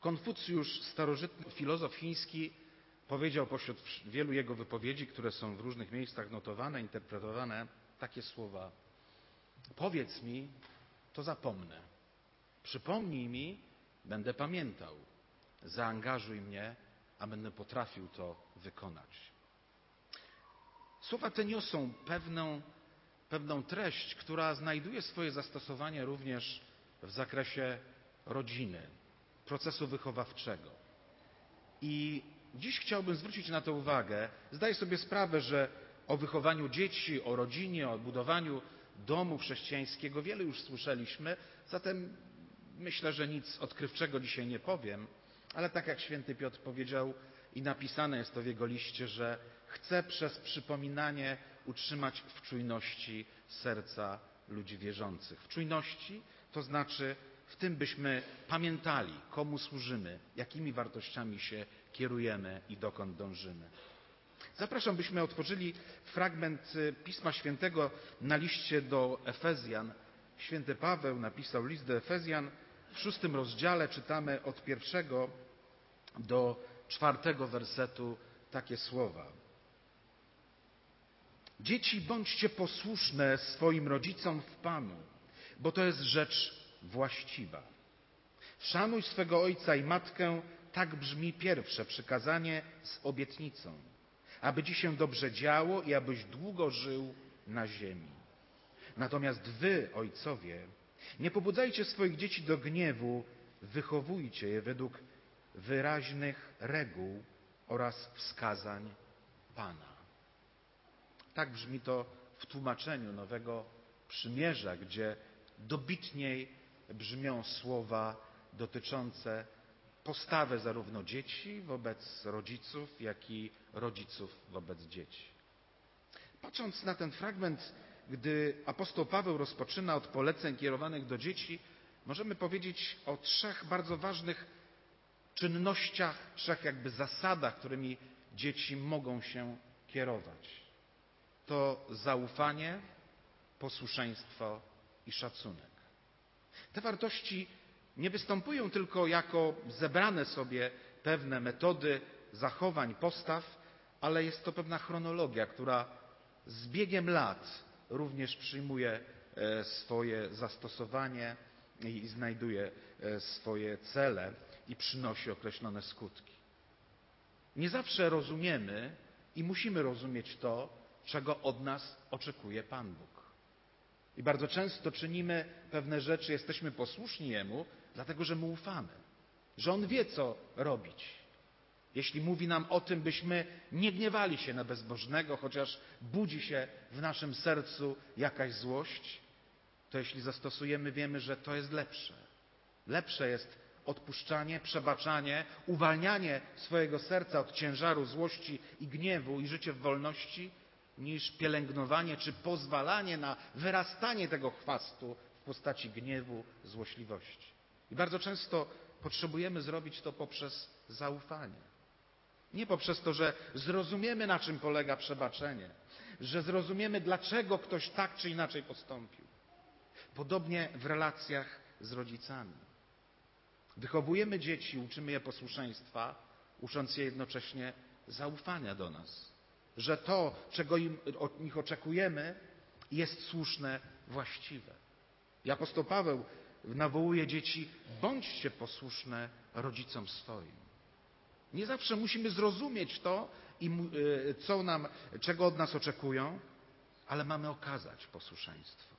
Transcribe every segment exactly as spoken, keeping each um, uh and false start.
Konfucjusz, starożytny filozof chiński, powiedział pośród wielu jego wypowiedzi, które są w różnych miejscach notowane, interpretowane, takie słowa: powiedz mi, to zapomnę. Przypomnij mi, będę pamiętał. Zaangażuj mnie, a będę potrafił to wykonać. Słowa te niosą pewną, pewną treść, która znajduje swoje zastosowanie również w zakresie rodziny, procesu wychowawczego. I dziś chciałbym zwrócić na to uwagę. Zdaję sobie sprawę, że o wychowaniu dzieci, o rodzinie, o budowaniu domu chrześcijańskiego wiele już słyszeliśmy, zatem myślę, że nic odkrywczego dzisiaj nie powiem, ale tak jak święty Piotr powiedział i napisane jest to w jego liście, że chce przez przypominanie utrzymać w czujności serca ludzi wierzących. W czujności to znaczy w tym, byśmy pamiętali, komu służymy, jakimi wartościami się kierujemy i dokąd dążymy. Zapraszam, byśmy otworzyli fragment Pisma Świętego na liście do Efezjan. Święty Paweł napisał list do Efezjan. W szóstym rozdziale czytamy od pierwszego do czwartego wersetu takie słowa. Dzieci, bądźcie posłuszne swoim rodzicom w Panu, bo to jest rzecz właściwa. Szanuj swego ojca i matkę, tak brzmi pierwsze przykazanie z obietnicą, aby ci się dobrze działo i abyś długo żył na ziemi. Natomiast wy, ojcowie, nie pobudzajcie swoich dzieci do gniewu, wychowujcie je według wyraźnych reguł oraz wskazań Pana. Tak brzmi to w tłumaczeniu Nowego Przymierza, gdzie dobitniej brzmią słowa dotyczące postawy zarówno dzieci wobec rodziców, jak i rodziców wobec dzieci. Patrząc na ten fragment, gdy apostoł Paweł rozpoczyna od poleceń kierowanych do dzieci, możemy powiedzieć o trzech bardzo ważnych czynnościach, trzech jakby zasadach, którymi dzieci mogą się kierować. To zaufanie, posłuszeństwo i szacunek. Te wartości nie występują tylko jako zebrane sobie pewne metody zachowań, postaw, ale jest to pewna chronologia, która z biegiem lat również przyjmuje swoje zastosowanie i znajduje swoje cele i przynosi określone skutki. Nie zawsze rozumiemy i musimy rozumieć to, czego od nas oczekuje Pan Bóg. I bardzo często czynimy pewne rzeczy, jesteśmy posłuszni Jemu, dlatego że Mu ufamy, że On wie, co robić. Jeśli mówi nam o tym, byśmy nie gniewali się na bezbożnego, chociaż budzi się w naszym sercu jakaś złość, to jeśli zastosujemy, wiemy, że to jest lepsze. Lepsze jest odpuszczanie, przebaczanie, uwalnianie swojego serca od ciężaru złości i gniewu i życie w wolności, niż pielęgnowanie czy pozwalanie na wyrastanie tego chwastu w postaci gniewu, złośliwości. I bardzo często potrzebujemy zrobić to poprzez zaufanie. Nie poprzez to, że zrozumiemy, na czym polega przebaczenie, że zrozumiemy, dlaczego ktoś tak czy inaczej postąpił. Podobnie w relacjach z rodzicami. Wychowujemy dzieci, uczymy je posłuszeństwa, ucząc je jednocześnie zaufania do nas. Że to, czego im, od nich oczekujemy, jest słuszne, właściwe. I apostoł Paweł nawołuje dzieci, bądźcie posłuszne rodzicom swoim. Nie zawsze musimy zrozumieć to, co nam, czego od nas oczekują, ale mamy okazać posłuszeństwo.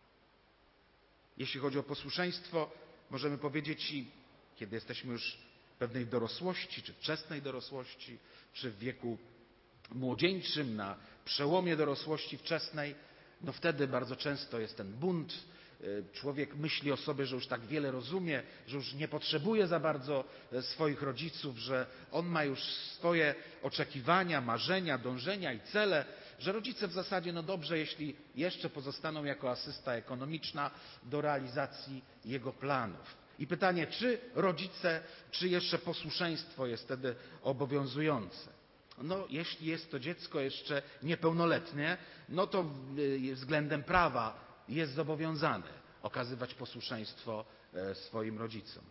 Jeśli chodzi o posłuszeństwo, możemy powiedzieć, i kiedy jesteśmy już w pewnej dorosłości, czy wczesnej dorosłości, czy w wieku młodzieńczym, na przełomie dorosłości wczesnej, no wtedy bardzo często jest ten bunt. Człowiek myśli o sobie, że już tak wiele rozumie, że już nie potrzebuje za bardzo swoich rodziców, że on ma już swoje oczekiwania, marzenia, dążenia i cele, że rodzice w zasadzie, no dobrze, jeśli jeszcze pozostaną jako asysta ekonomiczna do realizacji jego planów. I pytanie, czy rodzice, czy jeszcze posłuszeństwo jest wtedy obowiązujące? No, jeśli jest to dziecko jeszcze niepełnoletnie, no to względem prawa jest zobowiązany okazywać posłuszeństwo swoim rodzicom.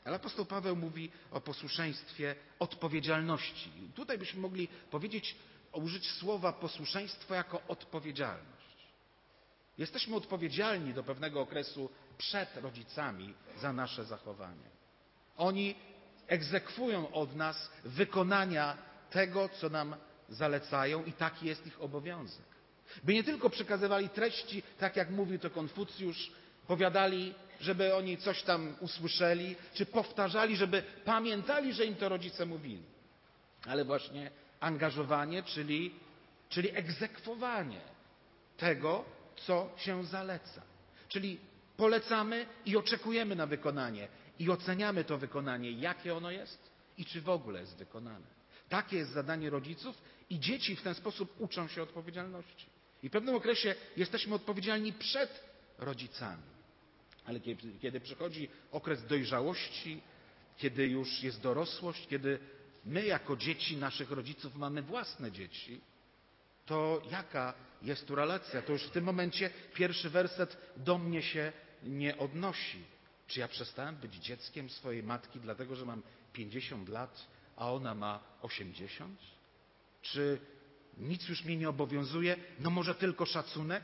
Ale apostoł Paweł mówi o posłuszeństwie odpowiedzialności. Tutaj byśmy mogli powiedzieć, użyć słowa posłuszeństwo jako odpowiedzialność. Jesteśmy odpowiedzialni do pewnego okresu przed rodzicami za nasze zachowanie. Oni egzekwują od nas wykonania tego, co nam zalecają i taki jest ich obowiązek. By nie tylko przekazywali treści, tak jak mówił to Konfucjusz, powiadali, żeby oni coś tam usłyszeli, czy powtarzali, żeby pamiętali, że im to rodzice mówili. Ale właśnie angażowanie, czyli, czyli egzekwowanie tego, co się zaleca. Czyli polecamy i oczekujemy na wykonanie. I oceniamy to wykonanie, jakie ono jest i czy w ogóle jest wykonane. Takie jest zadanie rodziców i dzieci w ten sposób uczą się odpowiedzialności. I w pewnym okresie jesteśmy odpowiedzialni przed rodzicami. Ale kiedy, kiedy przychodzi okres dojrzałości, kiedy już jest dorosłość, kiedy my jako dzieci naszych rodziców mamy własne dzieci, to jaka jest tu relacja? To już w tym momencie pierwszy werset do mnie się nie odnosi. Czy ja przestałem być dzieckiem swojej matki, dlatego że mam pięćdziesiąt lat, a ona ma osiemdziesiąt? Czy nic już mnie nie obowiązuje? No może tylko szacunek?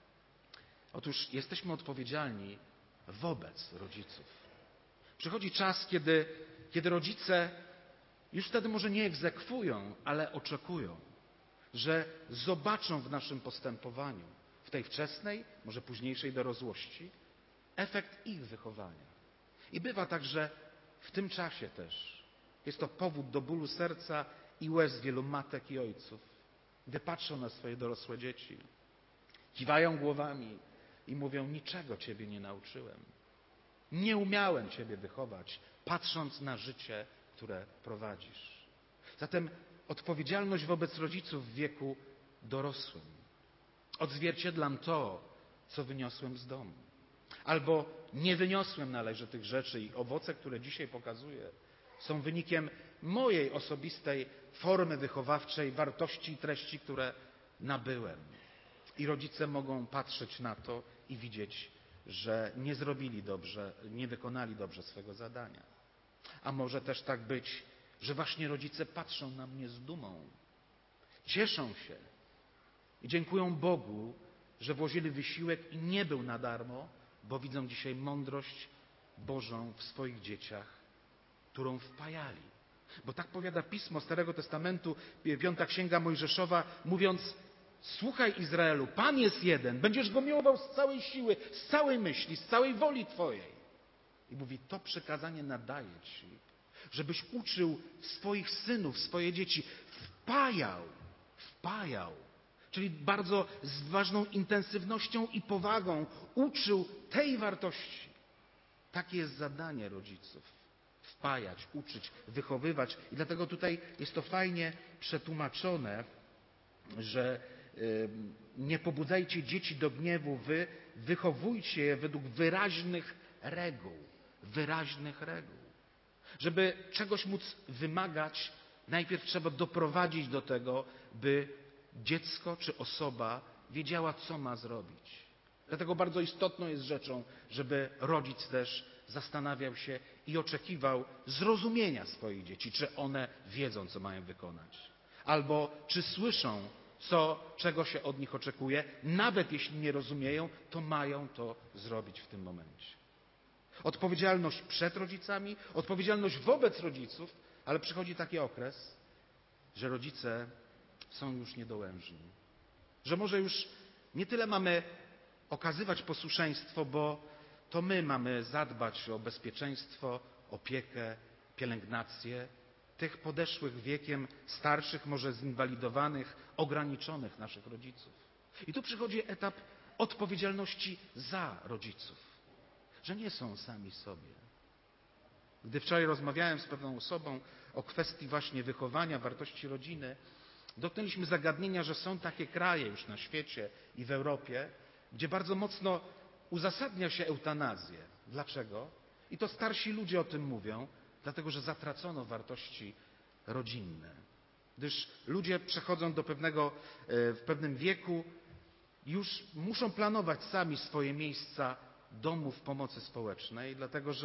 Otóż jesteśmy odpowiedzialni wobec rodziców. Przychodzi czas, kiedy, kiedy rodzice już wtedy może nie egzekwują, ale oczekują, że zobaczą w naszym postępowaniu, w tej wczesnej, może późniejszej dorosłości, efekt ich wychowania. I bywa tak, że w tym czasie też jest to powód do bólu serca i łez wielu matek i ojców, gdy patrzą na swoje dorosłe dzieci, kiwają głowami i mówią: niczego Ciebie nie nauczyłem. Nie umiałem Ciebie wychować, patrząc na życie, które prowadzisz. Zatem odpowiedzialność wobec rodziców w wieku dorosłym. Odzwierciedlam to, co wyniosłem z domu. Albo nie wyniosłem należytych rzeczy i owoce, które dzisiaj pokazuję, są wynikiem mojej osobistej formy wychowawczej, wartości i treści, które nabyłem. I rodzice mogą patrzeć na to i widzieć, że nie zrobili dobrze, nie wykonali dobrze swego zadania. A może też tak być, że właśnie rodzice patrzą na mnie z dumą, cieszą się i dziękują Bogu, że włożyli wysiłek i nie był na darmo, bo widzą dzisiaj mądrość Bożą w swoich dzieciach, którą wpajali. Bo tak powiada Pismo Starego Testamentu, piąta Księga Mojżeszowa, mówiąc: słuchaj Izraelu, Pan jest jeden, będziesz Go miłował z całej siły, z całej myśli, z całej woli Twojej. I mówi: to przykazanie nadaję Ci, żebyś uczył swoich synów, swoje dzieci, wpajał, wpajał, czyli bardzo z ważną intensywnością i powagą uczył tej wartości. Takie jest zadanie rodziców. Wpajać, uczyć, wychowywać. I dlatego tutaj jest to fajnie przetłumaczone, że y, nie pobudzajcie dzieci do gniewu, wy wychowujcie je według wyraźnych reguł. Wyraźnych reguł. Żeby czegoś móc wymagać, najpierw trzeba doprowadzić do tego, by dziecko czy osoba wiedziała, co ma zrobić. Dlatego bardzo istotną jest rzeczą, żeby rodzic też zastanawiał się i oczekiwał zrozumienia swoich dzieci, czy one wiedzą, co mają wykonać. Albo czy słyszą, co, czego się od nich oczekuje, nawet jeśli nie rozumieją, to mają to zrobić w tym momencie. Odpowiedzialność przed rodzicami, odpowiedzialność wobec rodziców, ale przychodzi taki okres, że rodzice są już niedołężni. Że może już nie tyle mamy okazywać posłuszeństwo, bo to my mamy zadbać o bezpieczeństwo, opiekę, pielęgnację tych podeszłych wiekiem, starszych, może zinwalidowanych, ograniczonych naszych rodziców. I tu przychodzi etap odpowiedzialności za rodziców, że nie są sami sobie. Gdy wczoraj rozmawiałem z pewną osobą o kwestii właśnie wychowania, wartości rodziny, dotknęliśmy zagadnienia, że są takie kraje już na świecie i w Europie, gdzie bardzo mocno uzasadnia się eutanazję. Dlaczego? I to starsi ludzie o tym mówią, dlatego że zatracono wartości rodzinne. Gdyż ludzie przechodzą do pewnego, w pewnym wieku, już muszą planować sami swoje miejsca domów pomocy społecznej, dlatego że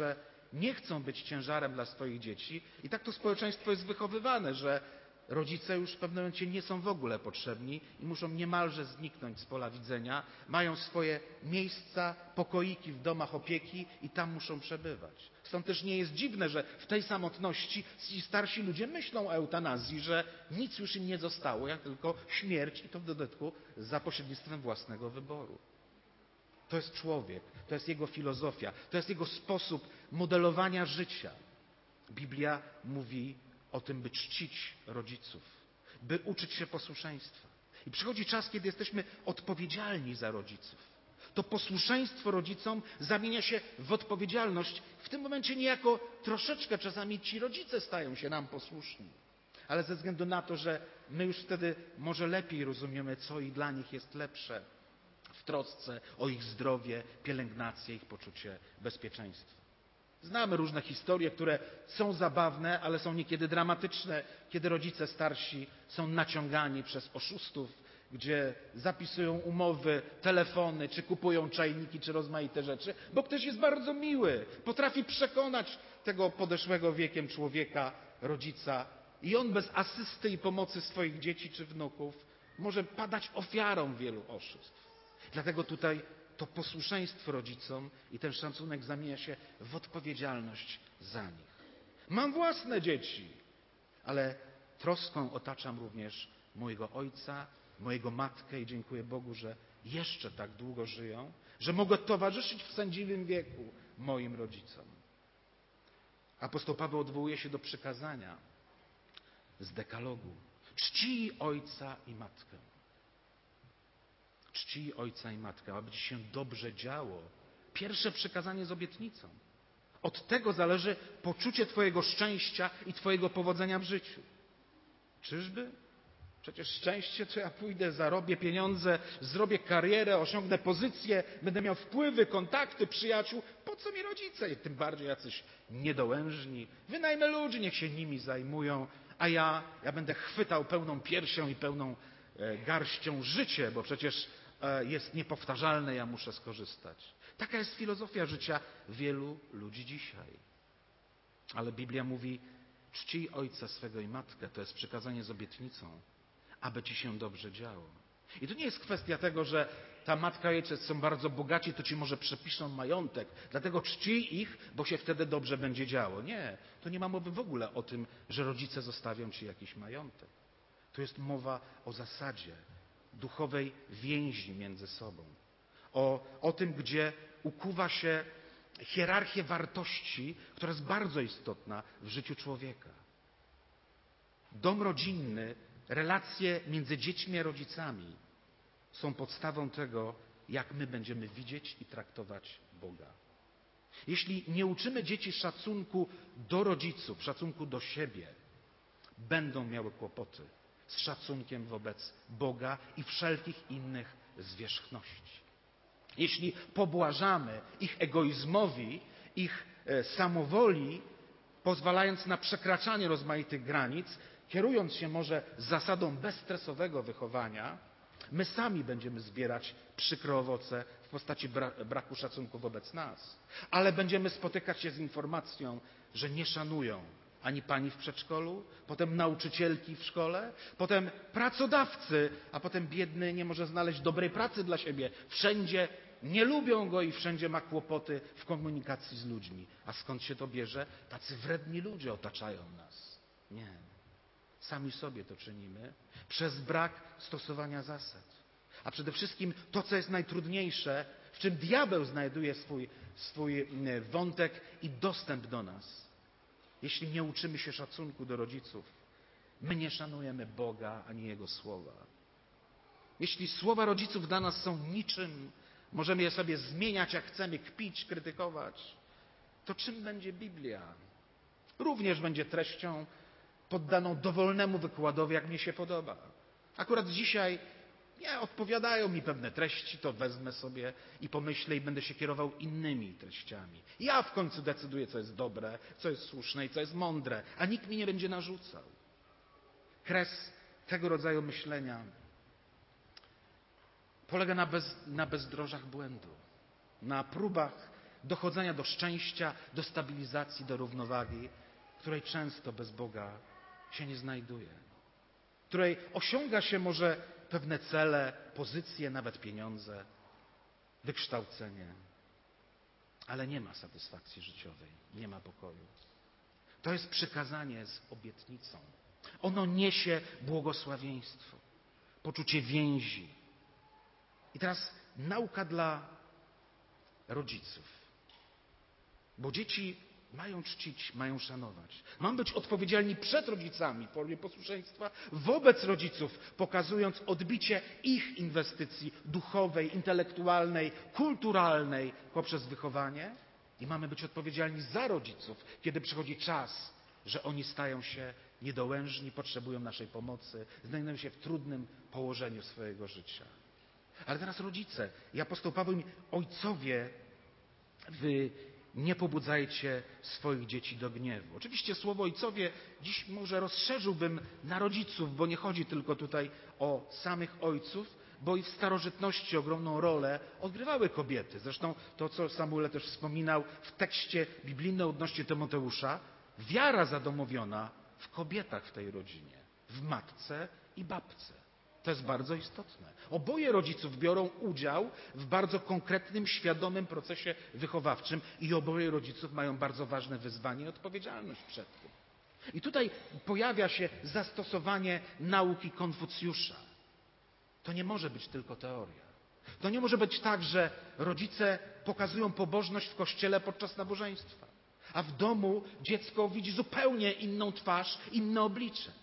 nie chcą być ciężarem dla swoich dzieci i tak to społeczeństwo jest wychowywane, że rodzice już w pewnym momencie nie są w ogóle potrzebni i muszą niemalże zniknąć z pola widzenia. Mają swoje miejsca, pokoiki w domach opieki i tam muszą przebywać. Stąd też nie jest dziwne, że w tej samotności ci starsi ludzie myślą o eutanazji, że nic już im nie zostało, jak tylko śmierć i to w dodatku za pośrednictwem własnego wyboru. To jest człowiek, to jest jego filozofia, to jest jego sposób modelowania życia. Biblia mówi o tym, by czcić rodziców, by uczyć się posłuszeństwa. I przychodzi czas, kiedy jesteśmy odpowiedzialni za rodziców. To posłuszeństwo rodzicom zamienia się w odpowiedzialność. W tym momencie niejako troszeczkę czasami ci rodzice stają się nam posłuszni. Ale ze względu na to, że my już wtedy może lepiej rozumiemy, co i dla nich jest lepsze. W trosce o ich zdrowie, pielęgnację, ich poczucie bezpieczeństwa. Znamy różne historie, które są zabawne, ale są niekiedy dramatyczne, kiedy rodzice starsi są naciągani przez oszustów, gdzie zapisują umowy, telefony, czy kupują czajniki, czy rozmaite rzeczy, bo ktoś jest bardzo miły, potrafi przekonać tego podeszłego wiekiem człowieka, rodzica i on bez asysty i pomocy swoich dzieci czy wnuków może padać ofiarą wielu oszustw. Dlatego tutaj to posłuszeństwo rodzicom i ten szacunek zamienia się w odpowiedzialność za nich. Mam własne dzieci, ale troską otaczam również mojego ojca, mojego matkę i dziękuję Bogu, że jeszcze tak długo żyją, że mogę towarzyszyć w sędziwym wieku moim rodzicom. Apostoł Paweł odwołuje się do przykazania z dekalogu. Czcij ojca i matkę. Czcij ojca i matkę, aby ci się dobrze działo. Pierwsze przykazanie z obietnicą. Od tego zależy poczucie twojego szczęścia i twojego powodzenia w życiu. Czyżby? Przecież szczęście to ja pójdę, zarobię pieniądze, zrobię karierę, osiągnę pozycję, będę miał wpływy, kontakty, przyjaciół. Po co mi rodzice? Tym bardziej jacyś niedołężni. Wynajmę ludzi, niech się nimi zajmują, a ja, ja będę chwytał pełną piersią i pełną e, garścią życie, bo przecież e, jest niepowtarzalne, ja muszę skorzystać. Taka jest filozofia życia wielu ludzi dzisiaj. Ale Biblia mówi, czcij ojca swego i matkę, to jest przykazanie z obietnicą, aby ci się dobrze działo. I to nie jest kwestia tego, że ta matka i ojciec są bardzo bogaci, to ci może przepiszą majątek, dlatego czcij ich, bo się wtedy dobrze będzie działo. Nie, to nie ma mowy w ogóle o tym, że rodzice zostawią ci jakiś majątek. To jest mowa o zasadzie duchowej więzi między sobą. O, o tym, gdzie ukuwa się hierarchię wartości, która jest bardzo istotna w życiu człowieka. Dom rodzinny, relacje między dziećmi a rodzicami są podstawą tego, jak my będziemy widzieć i traktować Boga. Jeśli nie uczymy dzieci szacunku do rodziców, szacunku do siebie, będą miały kłopoty z szacunkiem wobec Boga i wszelkich innych zwierzchności. Jeśli pobłażamy ich egoizmowi, ich samowoli, pozwalając na przekraczanie rozmaitych granic, kierując się może zasadą bezstresowego wychowania, my sami będziemy zbierać przykre owoce w postaci bra- braku szacunku wobec nas. Ale będziemy spotykać się z informacją, że nie szanują ani pani w przedszkolu, potem nauczycielki w szkole, potem pracodawcy, a potem biedny nie może znaleźć dobrej pracy dla siebie. Wszędzie nie lubią go i wszędzie ma kłopoty w komunikacji z ludźmi. A skąd się to bierze? Tacy wredni ludzie otaczają nas. Nie. Sami sobie to czynimy przez brak stosowania zasad. A przede wszystkim to, co jest najtrudniejsze, w czym diabeł znajduje swój, swój wątek i dostęp do nas. Jeśli nie uczymy się szacunku do rodziców, my nie szanujemy Boga ani Jego słowa. Jeśli słowa rodziców dla nas są niczym, możemy je sobie zmieniać jak chcemy, kpić, krytykować, to czym będzie Biblia? Również będzie treścią poddaną dowolnemu wykładowi, jak mnie się podoba. Akurat dzisiaj nie odpowiadają mi pewne treści, to wezmę sobie i pomyślę i będę się kierował innymi treściami. Ja w końcu decyduję, co jest dobre, co jest słuszne i co jest mądre, a nikt mi nie będzie narzucał. Kres tego rodzaju myślenia polega na, bez, na bezdrożach błędu, na próbach dochodzenia do szczęścia, do stabilizacji, do równowagi, której często bez Boga się nie znajduje. Której osiąga się może pewne cele, pozycje, nawet pieniądze, wykształcenie, ale nie ma satysfakcji życiowej, nie ma pokoju. To jest przykazanie z obietnicą. Ono niesie błogosławieństwo, poczucie więzi. I teraz nauka dla rodziców. Bo dzieci mają czcić, mają szanować. Mamy być odpowiedzialni przed rodzicami w formie posłuszeństwa, wobec rodziców, pokazując odbicie ich inwestycji duchowej, intelektualnej, kulturalnej poprzez wychowanie. I mamy być odpowiedzialni za rodziców, kiedy przychodzi czas, że oni stają się niedołężni, potrzebują naszej pomocy, znajdują się w trudnym położeniu swojego życia. Ale teraz rodzice. I apostoł Paweł mówi, ojcowie, wy nie pobudzajcie swoich dzieci do gniewu. Oczywiście słowo ojcowie dziś może rozszerzyłbym na rodziców, bo nie chodzi tylko tutaj o samych ojców, bo i w starożytności ogromną rolę odgrywały kobiety. Zresztą to, co Samuel też wspominał w tekście biblijnym odnośnie Tymoteusza, wiara zadomowiona w kobietach w tej rodzinie, w matce i babce. To jest bardzo istotne. Oboje rodziców biorą udział w bardzo konkretnym, świadomym procesie wychowawczym i oboje rodziców mają bardzo ważne wyzwanie i odpowiedzialność przed tym. I tutaj pojawia się zastosowanie nauki Konfucjusza. To nie może być tylko teoria. To nie może być tak, że rodzice pokazują pobożność w kościele podczas nabożeństwa, a w domu dziecko widzi zupełnie inną twarz, inne oblicze.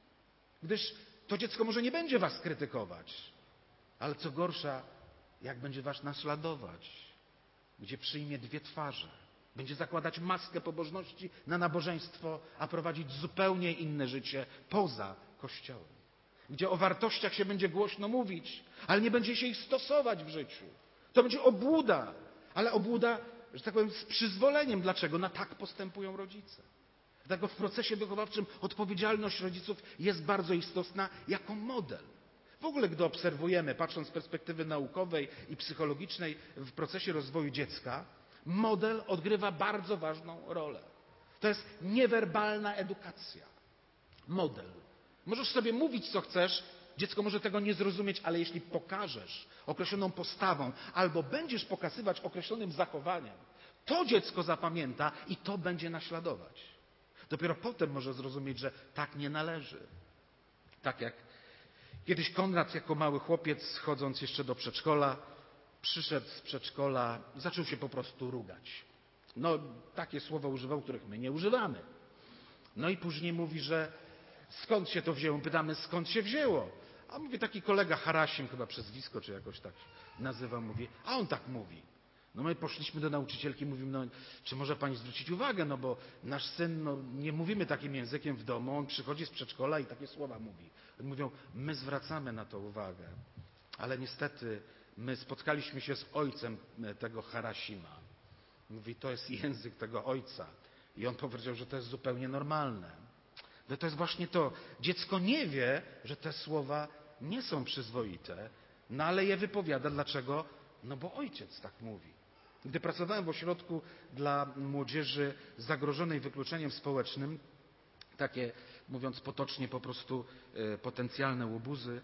Gdyż to dziecko może nie będzie was krytykować, ale co gorsza, jak będzie was naśladować, gdzie przyjmie dwie twarze, będzie zakładać maskę pobożności na nabożeństwo, a prowadzić zupełnie inne życie poza Kościołem. Gdzie o wartościach się będzie głośno mówić, ale nie będzie się ich stosować w życiu. To będzie obłuda, ale obłuda, że tak powiem, z przyzwoleniem. Dlaczego? No tak postępują rodzice. Dlatego w procesie wychowawczym odpowiedzialność rodziców jest bardzo istotna jako model. W ogóle, gdy obserwujemy, patrząc z perspektywy naukowej i psychologicznej w procesie rozwoju dziecka, model odgrywa bardzo ważną rolę. To jest niewerbalna edukacja. Model. Możesz sobie mówić, co chcesz, dziecko może tego nie zrozumieć, ale jeśli pokażesz określoną postawą albo będziesz pokazywać określonym zachowaniem, to dziecko zapamięta i to będzie naśladować. Dopiero potem może zrozumieć, że tak nie należy. Tak jak kiedyś Konrad jako mały chłopiec, chodząc jeszcze do przedszkola, przyszedł z przedszkola, zaczął się po prostu rugać. No, takie słowa używał, których my nie używamy. No i później mówi, że skąd się to wzięło? Pytamy, skąd się wzięło? A mówi taki kolega Harasim, chyba przezwisko, czy jakoś tak nazywa, mówi, a on tak mówi. No my poszliśmy do nauczycielki, mówimy, no czy może pani zwrócić uwagę, no bo nasz syn, no nie mówimy takim językiem w domu, on przychodzi z przedszkola i takie słowa mówi. Oni mówią, my zwracamy na to uwagę, ale niestety my spotkaliśmy się z ojcem tego Harasima. Mówi, to jest język tego ojca. I on powiedział, że to jest zupełnie normalne. No to jest właśnie to. Dziecko nie wie, że te słowa nie są przyzwoite, no ale je wypowiada. Dlaczego? No bo ojciec tak mówi. Gdy pracowałem w ośrodku dla młodzieży zagrożonej wykluczeniem społecznym, takie, mówiąc potocznie, po prostu y, potencjalne łobuzy,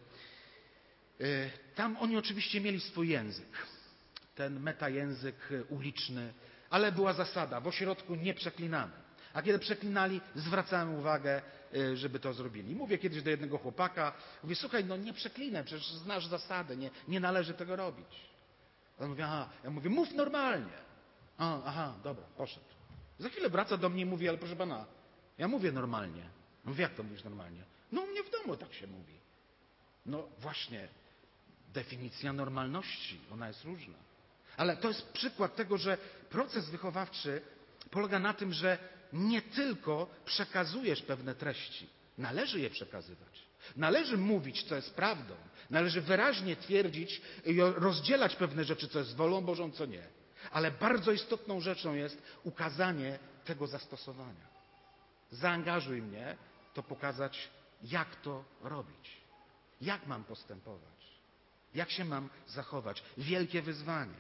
y, tam oni oczywiście mieli swój język. Ten metajęzyk uliczny, ale była zasada, w ośrodku nie przeklinamy. A kiedy przeklinali, zwracałem uwagę, żeby to zrobili. Mówię kiedyś do jednego chłopaka, mówię, słuchaj, no nie przeklinaj, przecież znasz zasady, nie, nie należy tego robić. On mówi, aha, ja mówię, mów normalnie. A, aha, dobra, poszedł. Za chwilę wraca do mnie i mówi, ale proszę pana, ja mówię normalnie. Ja mówię, jak to mówisz normalnie? No u mnie w domu tak się mówi. No właśnie, definicja normalności, ona jest różna. Ale to jest przykład tego, że proces wychowawczy polega na tym, że nie tylko przekazujesz pewne treści. Należy je przekazywać. Należy mówić, co jest prawdą. Należy wyraźnie twierdzić i rozdzielać pewne rzeczy, co jest wolą Bożą, co nie. Ale bardzo istotną rzeczą jest ukazanie tego zastosowania. Zaangażuj mnie, to pokazać, jak to robić. Jak mam postępować. Jak się mam zachować. Wielkie wyzwanie.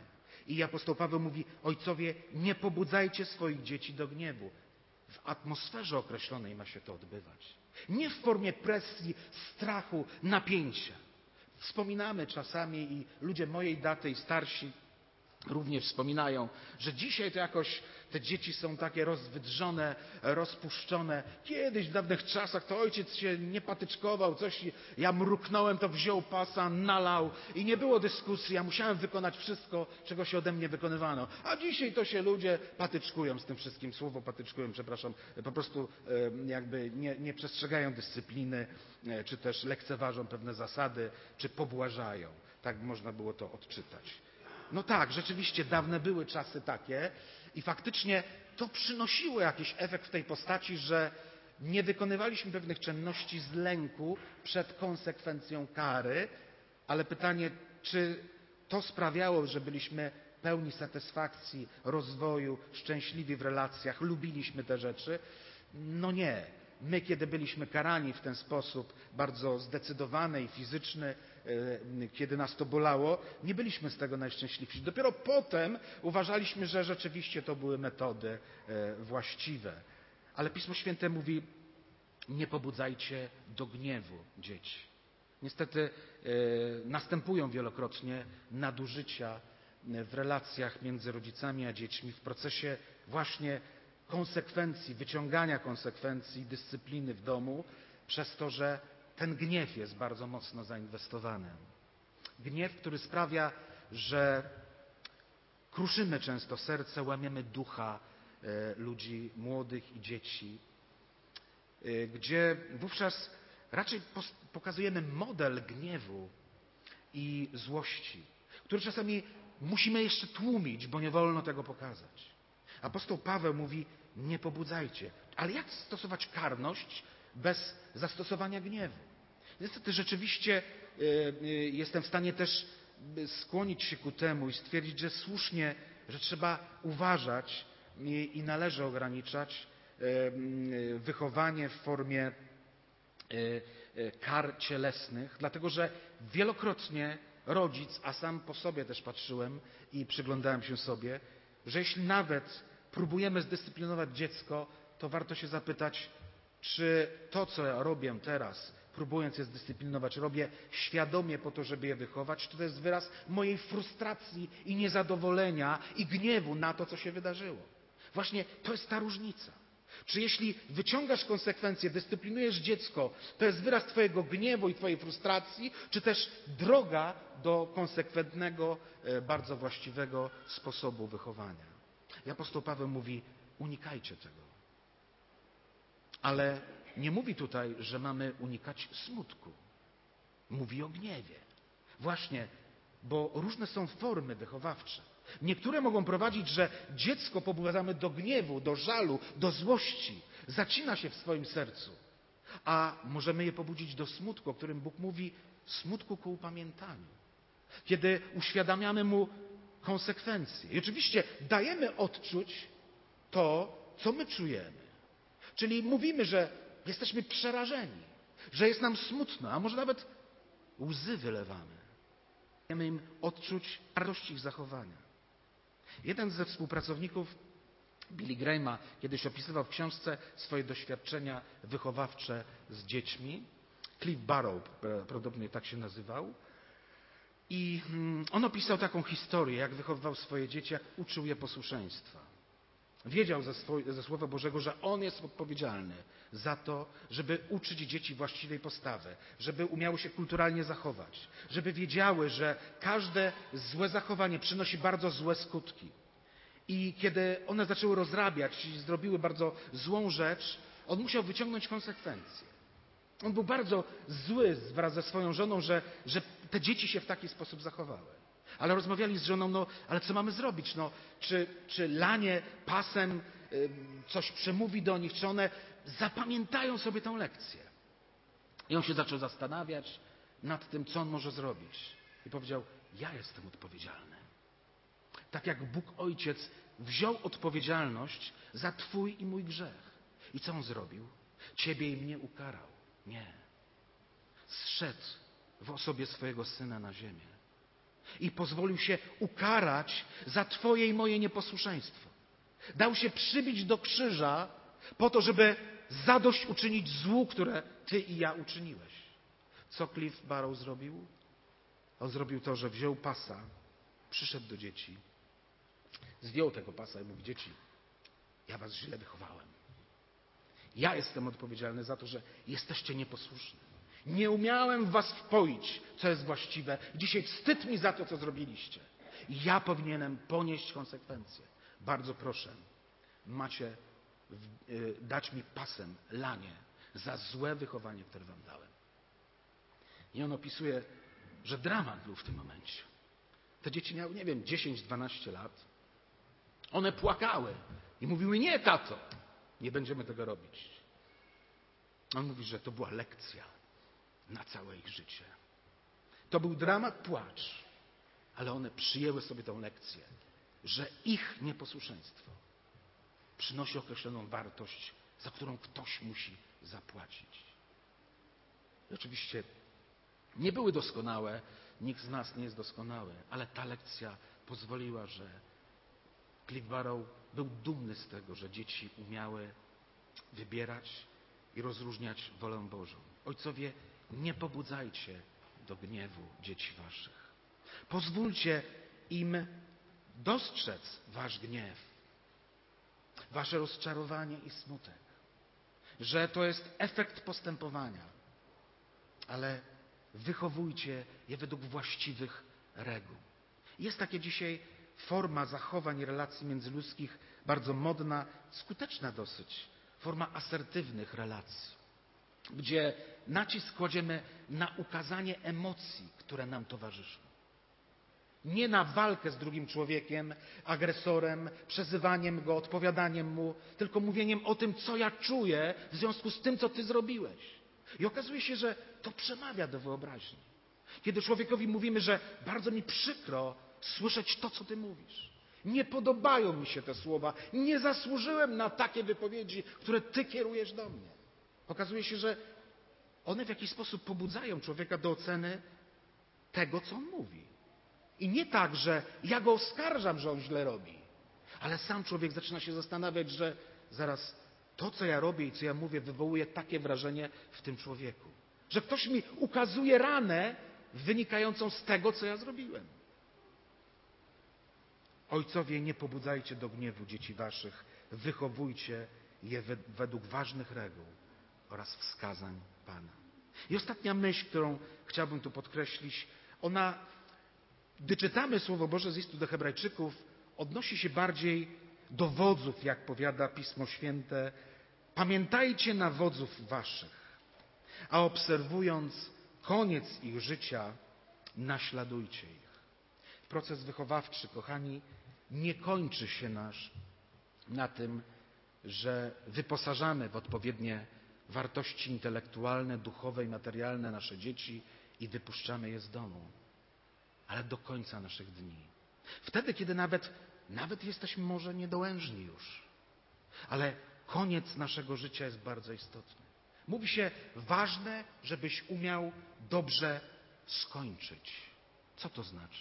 I apostoł Paweł mówi, ojcowie, nie pobudzajcie swoich dzieci do gniewu. W atmosferze określonej ma się to odbywać. Nie w formie presji, strachu, napięcia. Wspominamy czasami i ludzie mojej daty i starsi również wspominają, że dzisiaj to jakoś te dzieci są takie rozwydrzone, rozpuszczone. Kiedyś w dawnych czasach to ojciec się nie patyczkował, coś, ja mruknąłem, to wziął pasa, nalał i nie było dyskusji. Ja musiałem wykonać wszystko, czego się ode mnie wykonywano. A dzisiaj to się ludzie patyczkują z tym wszystkim. Słowo patyczkują, przepraszam, po prostu jakby nie, nie przestrzegają dyscypliny, czy też lekceważą pewne zasady, czy pobłażają. Tak można było to odczytać. No tak, rzeczywiście dawne były czasy takie i faktycznie to przynosiło jakiś efekt w tej postaci, że nie wykonywaliśmy pewnych czynności z lęku przed konsekwencją kary, ale pytanie, czy to sprawiało, że byliśmy pełni satysfakcji, rozwoju, szczęśliwi w relacjach, lubiliśmy te rzeczy? No nie. My, kiedy byliśmy karani w ten sposób bardzo zdecydowany i fizyczny, kiedy nas to bolało, nie byliśmy z tego najszczęśliwsi. Dopiero potem uważaliśmy, że rzeczywiście to były metody właściwe. Ale Pismo Święte mówi, nie pobudzajcie do gniewu dzieci. Niestety następują wielokrotnie nadużycia w relacjach między rodzicami a dziećmi w procesie właśnie konsekwencji, wyciągania konsekwencji, dyscypliny w domu, przez to, że ten gniew jest bardzo mocno zainwestowany. Gniew, który sprawia, że kruszymy często serce, łamiemy ducha ludzi młodych i dzieci, gdzie wówczas raczej pokazujemy model gniewu i złości, który czasami musimy jeszcze tłumić, bo nie wolno tego pokazać. Apostoł Paweł mówi, nie pobudzajcie. Ale jak stosować karność bez zastosowania gniewu? Niestety rzeczywiście jestem w stanie też skłonić się ku temu i stwierdzić, że słusznie, że trzeba uważać i należy ograniczać wychowanie w formie kar cielesnych, dlatego że wielokrotnie rodzic, a sam po sobie też patrzyłem i przyglądałem się sobie, że jeśli nawet próbujemy zdyscyplinować dziecko, to warto się zapytać, czy to, co ja robię teraz, próbując je zdyscyplinować, robię świadomie po to, żeby je wychować, czy to jest wyraz mojej frustracji i niezadowolenia i gniewu na to, co się wydarzyło. Właśnie to jest ta różnica. Czy jeśli wyciągasz konsekwencje, dyscyplinujesz dziecko, to jest wyraz twojego gniewu i twojej frustracji, czy też droga do konsekwentnego, bardzo właściwego sposobu wychowania. I apostoł Paweł mówi, unikajcie tego. Ale nie mówi tutaj, że mamy unikać smutku. Mówi o gniewie. Właśnie, bo różne są formy wychowawcze. Niektóre mogą prowadzić, że dziecko pobudzamy do gniewu, do żalu, do złości. Zacina się w swoim sercu. A możemy je pobudzić do smutku, o którym Bóg mówi, smutku ku upamiętaniu. Kiedy uświadamiamy mu konsekwencje. I oczywiście dajemy odczuć to, co my czujemy. Czyli mówimy, że jesteśmy przerażeni, że jest nam smutno, a może nawet łzy wylewamy. Dajemy im odczuć wartość ich zachowania. Jeden ze współpracowników Billy Grahama kiedyś opisywał w książce swoje doświadczenia wychowawcze z dziećmi. Cliff Barrow prawdopodobnie tak się nazywał. I on opisał taką historię, jak wychowywał swoje dzieci, jak uczył je posłuszeństwa. Wiedział ze, swoj, ze Słowa Bożego, że on jest odpowiedzialny za to, żeby uczyć dzieci właściwej postawy, żeby umiały się kulturalnie zachować, żeby wiedziały, że każde złe zachowanie przynosi bardzo złe skutki. I kiedy one zaczęły rozrabiać i zrobiły bardzo złą rzecz, on musiał wyciągnąć konsekwencje. On był bardzo zły wraz ze swoją żoną, że, że te dzieci się w taki sposób zachowały. Ale rozmawiali z żoną, no ale co mamy zrobić? No, czy, czy lanie pasem y, coś przemówi do nich, czy one zapamiętają sobie tę lekcję? I on się zaczął zastanawiać nad tym, co on może zrobić. I powiedział, ja jestem odpowiedzialny. Tak jak Bóg Ojciec wziął odpowiedzialność za twój i mój grzech. I co on zrobił? Ciebie i mnie ukarał. Nie. Zszedł w osobie swojego Syna na ziemię. i pozwolił się ukarać za twoje i moje nieposłuszeństwo. Dał się przybić do krzyża po to, żeby zadośćuczynić złu, które ty i ja uczyniłeś. Co Cliff Barrow zrobił? On zrobił to, że wziął pasa, przyszedł do dzieci, zdjął tego pasa i mówi: dzieci, ja was źle wychowałem. Ja jestem odpowiedzialny za to, że jesteście nieposłuszni. Nie umiałem w was wpoić, co jest właściwe. Dzisiaj wstyd mi za to, co zrobiliście. Ja powinienem ponieść konsekwencje. Bardzo proszę, macie dać mi pasem lanie za złe wychowanie, które wam dałem. I on opisuje, że dramat był w tym momencie. Te dzieci miały, nie wiem, dziesięć dwanaście lat. One płakały i mówiły: nie, tato, nie będziemy tego robić. On mówi, że to była lekcja na całe ich życie. To był dramat, płacz, ale one przyjęły sobie tę lekcję, że ich nieposłuszeństwo przynosi określoną wartość, za którą ktoś musi zapłacić. I oczywiście nie były doskonałe, nikt z nas nie jest doskonały, ale ta lekcja pozwoliła, że Cliff Barrow był dumny z tego, że dzieci umiały wybierać i rozróżniać wolę Bożą. Ojcowie, nie pobudzajcie do gniewu dzieci waszych. Pozwólcie im dostrzec wasz gniew, wasze rozczarowanie i smutek, że to jest efekt postępowania, ale wychowujcie je według właściwych reguł. Jest takie dzisiaj forma zachowań i relacji międzyludzkich, bardzo modna, skuteczna dosyć, forma asertywnych relacji, gdzie nacisk kładziemy na ukazanie emocji, które nam towarzyszą. Nie na walkę z drugim człowiekiem, agresorem, przezywaniem go, odpowiadaniem mu, tylko mówieniem o tym, co ja czuję w związku z tym, co ty zrobiłeś. I okazuje się, że to przemawia do wyobraźni. Kiedy człowiekowi mówimy, że bardzo mi przykro słyszeć to, co ty mówisz. Nie podobają mi się te słowa. Nie zasłużyłem na takie wypowiedzi, które ty kierujesz do mnie. Okazuje się, że one w jakiś sposób pobudzają człowieka do oceny tego, co on mówi. I nie tak, że ja go oskarżam, że on źle robi, ale sam człowiek zaczyna się zastanawiać, że zaraz to, co ja robię i co ja mówię, wywołuje takie wrażenie w tym człowieku, że ktoś mi ukazuje ranę wynikającą z tego, co ja zrobiłem. Ojcowie, nie pobudzajcie do gniewu dzieci waszych, wychowujcie je według ważnych reguł oraz wskazań Pana. I ostatnia myśl, którą chciałbym tu podkreślić, ona, gdy czytamy Słowo Boże z listu do Hebrajczyków, odnosi się bardziej do wodzów, jak powiada Pismo Święte. Pamiętajcie na wodzów waszych, a obserwując koniec ich życia, naśladujcie ich. Proces wychowawczy, kochani, nie kończy się nasz na tym, że wyposażamy w odpowiednie wartości intelektualne, duchowe i materialne nasze dzieci i wypuszczamy je z domu, ale do końca naszych dni. Wtedy, kiedy nawet, nawet jesteśmy może niedołężni już, ale koniec naszego życia jest bardzo istotny. Mówi się, ważne, żebyś umiał dobrze skończyć. Co to znaczy?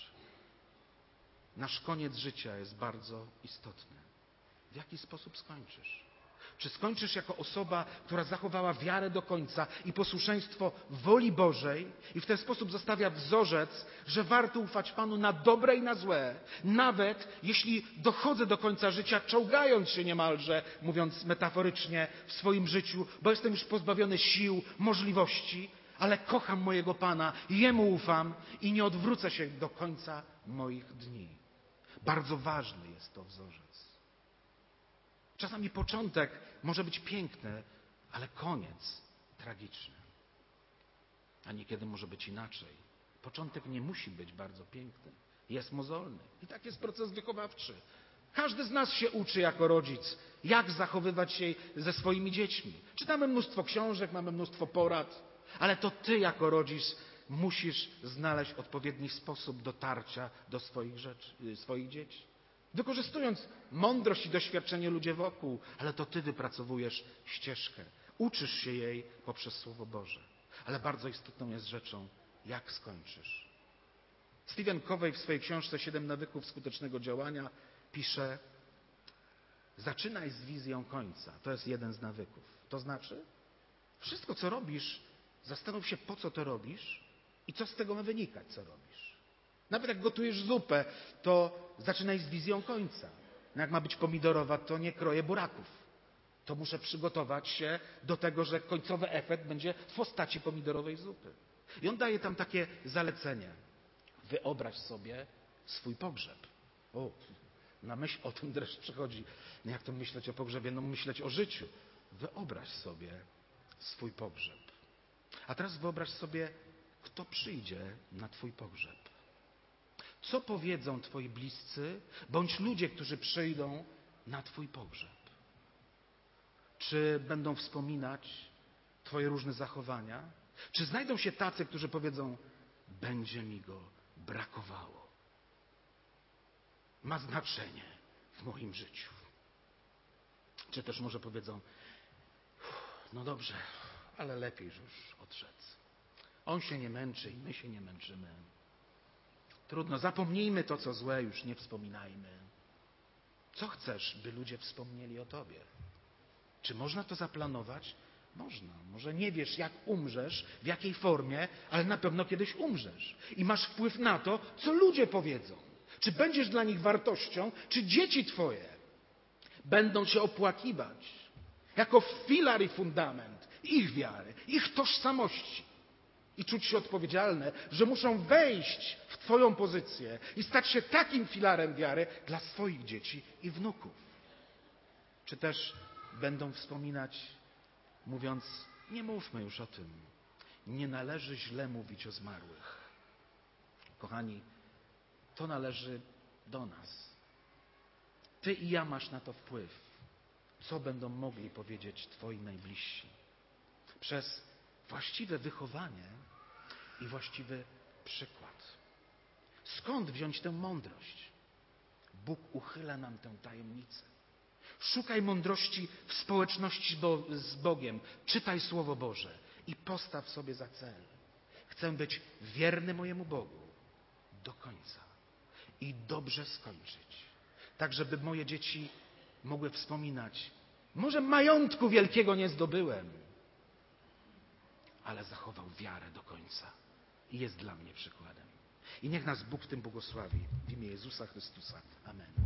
Nasz koniec życia jest bardzo istotny. W jaki sposób skończysz? Czy skończysz jako osoba, która zachowała wiarę do końca i posłuszeństwo woli Bożej i w ten sposób zostawia wzorzec, że warto ufać Panu na dobre i na złe, nawet jeśli dochodzę do końca życia, czołgając się niemalże, mówiąc metaforycznie, w swoim życiu, bo jestem już pozbawiony sił, możliwości, ale kocham mojego Pana, Jemu ufam i nie odwrócę się do końca moich dni. Bardzo ważny jest to wzorzec. Czasami początek może być piękny, ale koniec tragiczny. A niekiedy może być inaczej. Początek nie musi być bardzo piękny. Jest mozolny. I tak jest proces wychowawczy. Każdy z nas się uczy jako rodzic, jak zachowywać się ze swoimi dziećmi. Czytamy mnóstwo książek, mamy mnóstwo porad, ale to ty jako rodzic musisz znaleźć odpowiedni sposób dotarcia do swoich, rzeczy, swoich dzieci. Wykorzystując mądrość i doświadczenie ludzi wokół, ale to ty wypracowujesz ścieżkę. Uczysz się jej poprzez Słowo Boże. Ale bardzo istotną jest rzeczą, jak skończysz. Stephen Covey w swojej książce Siedem nawyków skutecznego działania pisze: zaczynaj z wizją końca. To jest jeden z nawyków. To znaczy, wszystko co robisz, zastanów się, po co to robisz i co z tego ma wynikać, co robisz. Nawet jak gotujesz zupę, to zaczynaj z wizją końca. No jak ma być pomidorowa, to nie kroję buraków. To muszę przygotować się do tego, że końcowy efekt będzie w postaci pomidorowej zupy. I on daje tam takie zalecenie. Wyobraź sobie swój pogrzeb. O, na myśl o tym dreszcz przychodzi. No jak to myśleć o pogrzebie? No myśleć o życiu. Wyobraź sobie swój pogrzeb. A teraz wyobraź sobie, kto przyjdzie na twój pogrzeb. Co powiedzą twoi bliscy, bądź ludzie, którzy przyjdą na twój pogrzeb? Czy będą wspominać twoje różne zachowania? Czy znajdą się tacy, którzy powiedzą: będzie mi go brakowało. Ma znaczenie w moim życiu. Czy też może powiedzą: no dobrze, ale lepiej już odszedł. On się nie męczy i my się nie męczymy. Trudno, zapomnijmy to, co złe, już nie wspominajmy. Co chcesz, by ludzie wspomnieli o tobie? Czy można to zaplanować? Można. Może nie wiesz, jak umrzesz, w jakiej formie, ale na pewno kiedyś umrzesz. I masz wpływ na to, co ludzie powiedzą. Czy będziesz dla nich wartością, czy dzieci twoje będą cię opłakiwać jako filar i fundament ich wiary, ich tożsamości. I czuć się odpowiedzialne, że muszą wejść w twoją pozycję i stać się takim filarem wiary dla swoich dzieci i wnuków. Czy też będą wspominać, mówiąc: nie mówmy już o tym, nie należy źle mówić o zmarłych. Kochani, to należy do nas. Ty i ja masz na to wpływ, co będą mogli powiedzieć twoi najbliżsi. Przez właściwe wychowanie i właściwy przykład. Skąd wziąć tę mądrość? Bóg uchyla nam tę tajemnicę. Szukaj mądrości w społeczności z Bogiem. Czytaj Słowo Boże i postaw sobie za cel: chcę być wierny mojemu Bogu do końca i dobrze skończyć. Tak, żeby moje dzieci mogły wspominać: może majątku wielkiego nie zdobyłem, ale zachował wiarę do końca i jest dla mnie przykładem. I niech nas Bóg w tym błogosławi. W imię Jezusa Chrystusa. Amen.